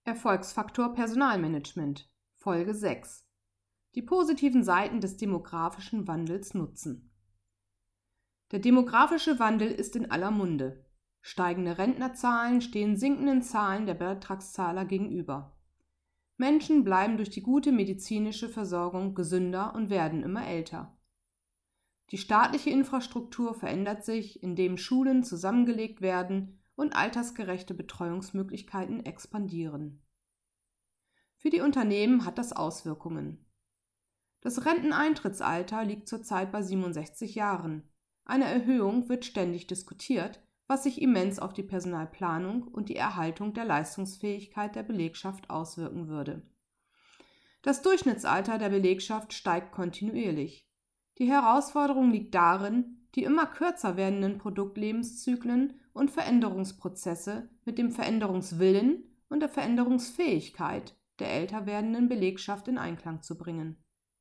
Erfolgsfaktor Personalmanagement, Folge 6. Die positiven Seiten des demografischen Wandels nutzen. Der demografische Wandel ist in aller Munde. Steigende Rentnerzahlen stehen sinkenden Zahlen der Beitragszahler gegenüber. Menschen bleiben durch die gute medizinische Versorgung gesünder und werden immer älter. Die staatliche Infrastruktur verändert sich, indem Schulen zusammengelegt werden und altersgerechte Betreuungsmöglichkeiten expandieren. Für die Unternehmen hat das Auswirkungen. Das Renteneintrittsalter liegt zurzeit bei 67 Jahren. Eine Erhöhung wird ständig diskutiert, was sich immens auf die Personalplanung und die Erhaltung der Leistungsfähigkeit der Belegschaft auswirken würde. Das Durchschnittsalter der Belegschaft steigt kontinuierlich. Die Herausforderung liegt darin, die immer kürzer werdenden Produktlebenszyklen und Veränderungsprozesse mit dem Veränderungswillen und der Veränderungsfähigkeit der älter werdenden Belegschaft in Einklang zu bringen.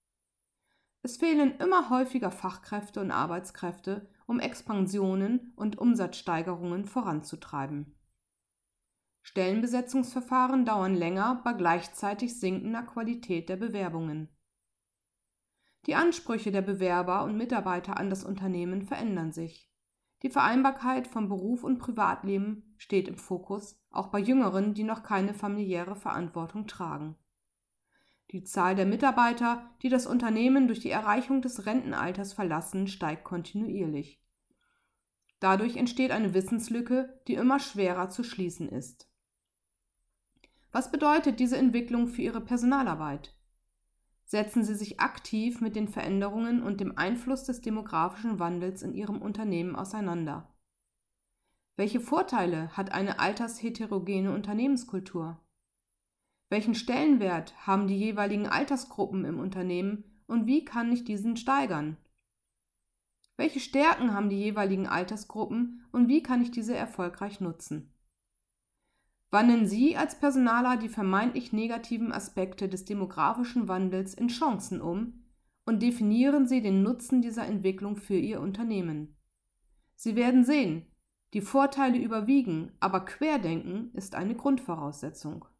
Es fehlen immer häufiger Fachkräfte und Arbeitskräfte, um Expansionen und Umsatzsteigerungen voranzutreiben. Stellenbesetzungsverfahren dauern länger bei gleichzeitig sinkender Qualität der Bewerbungen. Die Ansprüche der Bewerber und Mitarbeiter an das Unternehmen verändern sich. Die Vereinbarkeit von Beruf und Privatleben steht im Fokus, auch bei Jüngeren, die noch keine familiäre Verantwortung tragen. Die Zahl der Mitarbeiter, die das Unternehmen durch die Erreichung des Rentenalters verlassen, steigt kontinuierlich. Dadurch entsteht eine Wissenslücke, die immer schwerer zu schließen ist. Was bedeutet diese Entwicklung für Ihre Personalarbeit? Setzen Sie sich aktiv mit den Veränderungen und dem Einfluss des demografischen Wandels in Ihrem Unternehmen auseinander. Welche Vorteile hat eine altersheterogene Unternehmenskultur? Welchen Stellenwert haben die jeweiligen Altersgruppen im Unternehmen und wie kann ich diesen steigern? Welche Stärken haben die jeweiligen Altersgruppen und wie kann ich diese erfolgreich nutzen? Wandeln Sie als Personaler die vermeintlich negativen Aspekte des demografischen Wandels in Chancen um und definieren Sie den Nutzen dieser Entwicklung für Ihr Unternehmen. Sie werden sehen, die Vorteile überwiegen, aber Querdenken ist eine Grundvoraussetzung.